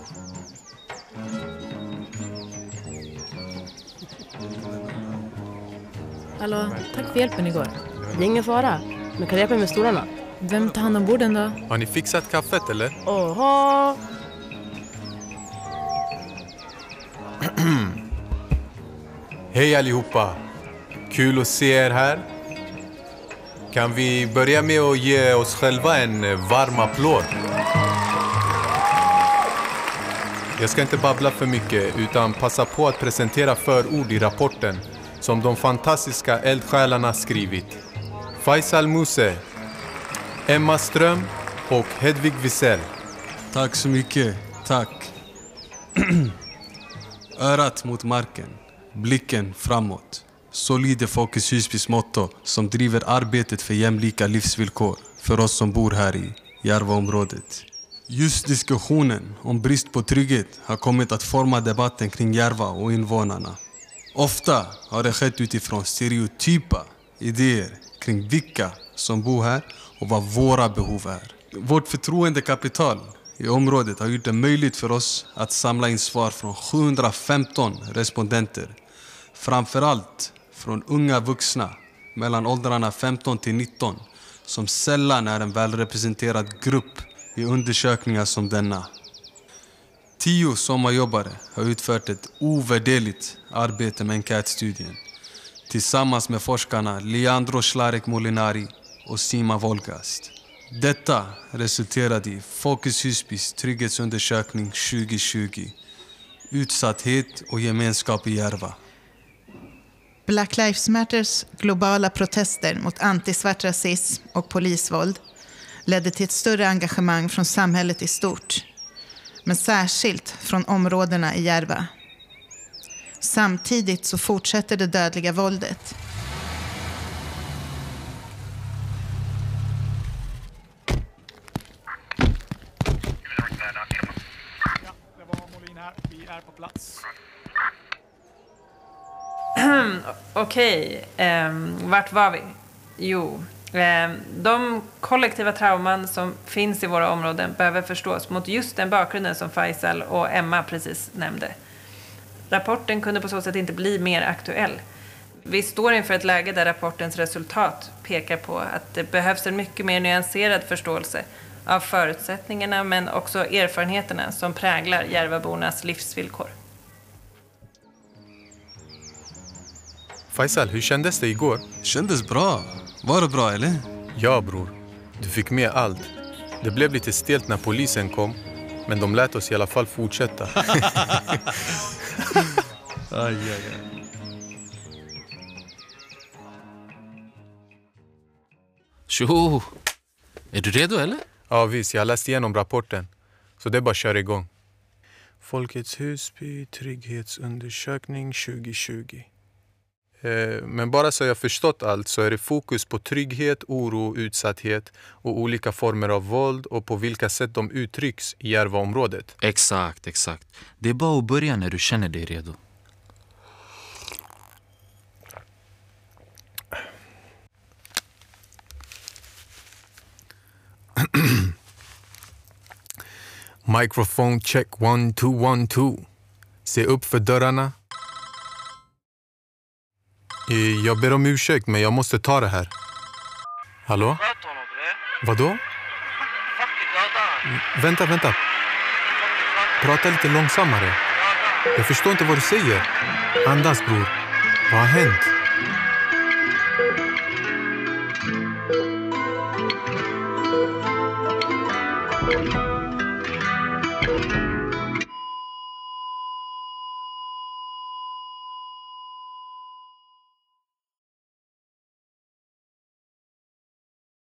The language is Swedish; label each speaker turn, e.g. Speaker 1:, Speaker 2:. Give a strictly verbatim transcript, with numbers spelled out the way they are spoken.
Speaker 1: Hallå, tack för hjälpen igår.
Speaker 2: Det är ingen fara, men kan du hjälpa mig med stolarna?
Speaker 1: Vem tar hand om borden då?
Speaker 3: Har ni fixat kaffet eller?
Speaker 2: Oha!
Speaker 3: Hej allihopa! Kul att se er här. Kan vi börja med att ge oss själva en varm applåd? Jag ska inte babbla för mycket utan passa på att presentera förord i rapporten som de fantastiska eldsjälarna skrivit. Faisal Muse, Emma Ström och Hedvig Wisell.
Speaker 4: Tack så mycket, tack. Örat mot marken, blicken framåt. Solide Folkets Husbys motto som driver arbetet för jämlika livsvillkor för oss som bor här i Järvaområdet. Just diskussionen om brist på trygghet har kommit att forma debatten kring Järva och invånarna. Ofta har det skett utifrån stereotypa idéer kring vilka som bor här och vad våra behov är. Vårt förtroendekapital i området har gjort det möjligt för oss att samla in svar från sjuhundrafemton respondenter. Framförallt från unga vuxna mellan åldrarna femton till nitton som sällan är en välrepresenterad grupp i undersökningar som denna. Tio sommarjobbare har utfört ett ovärderligt arbete med enkätstudien tillsammans med forskarna Leandro Schlarek Molinari och Sima Volgast. Detta resulterade i Folkets Husbys trygghetsundersökning tjugo tjugo. Utsatthet och gemenskap i Järva.
Speaker 5: Black Lives Matters globala protester mot antisvart rasism och polisvåld ledde till ett större engagemang från samhället i stort, men särskilt från områdena i Järva. Samtidigt så fortsätter det dödliga våldet.
Speaker 6: Ja, det var Molin här. Vi är på plats.
Speaker 7: Okej, eh, vart var vi? Jo, eh, de kollektiva trauman som finns i våra områden behöver förstås mot just den bakgrunden som Faisal och Emma precis nämnde. Rapporten kunde på så sätt inte bli mer aktuell. Vi står inför ett läge där rapportens resultat pekar på att det behövs en mycket mer nyanserad förståelse av förutsättningarna men också erfarenheterna som präglar Järvabornas livsvillkor.
Speaker 3: Faisal, hur kändes det igår?
Speaker 4: Kändes bra. Var det bra eller?
Speaker 3: Ja bror, du fick med allt. Det blev lite stelt när polisen kom, men de lät oss i alla fall fortsätta.
Speaker 4: Aj, aj, aj.
Speaker 8: Tjo! Är du redo eller?
Speaker 3: Ja visst, jag har läst igenom rapporten. Så det är bara att köra igång. Folkets Husby, trygghetsundersökning tjugo tjugo. Eh, men bara så jag förstått allt så är det fokus på trygghet, oro, utsatthet och olika former av våld och på vilka sätt de uttrycks i Järvaområdet.
Speaker 8: Exakt, exakt. Det är bara att börja när du känner dig redo.
Speaker 3: Microphone check one two one two. Se upp för dörrarna. Eh, jag ber om ursäkt men jag måste ta det här. Hallå? Vadå? Vänta, vänta. Prata lite långsammare. Jag förstår inte vad du säger. Andas bror. Vad har hänt?
Speaker 9: Thank you.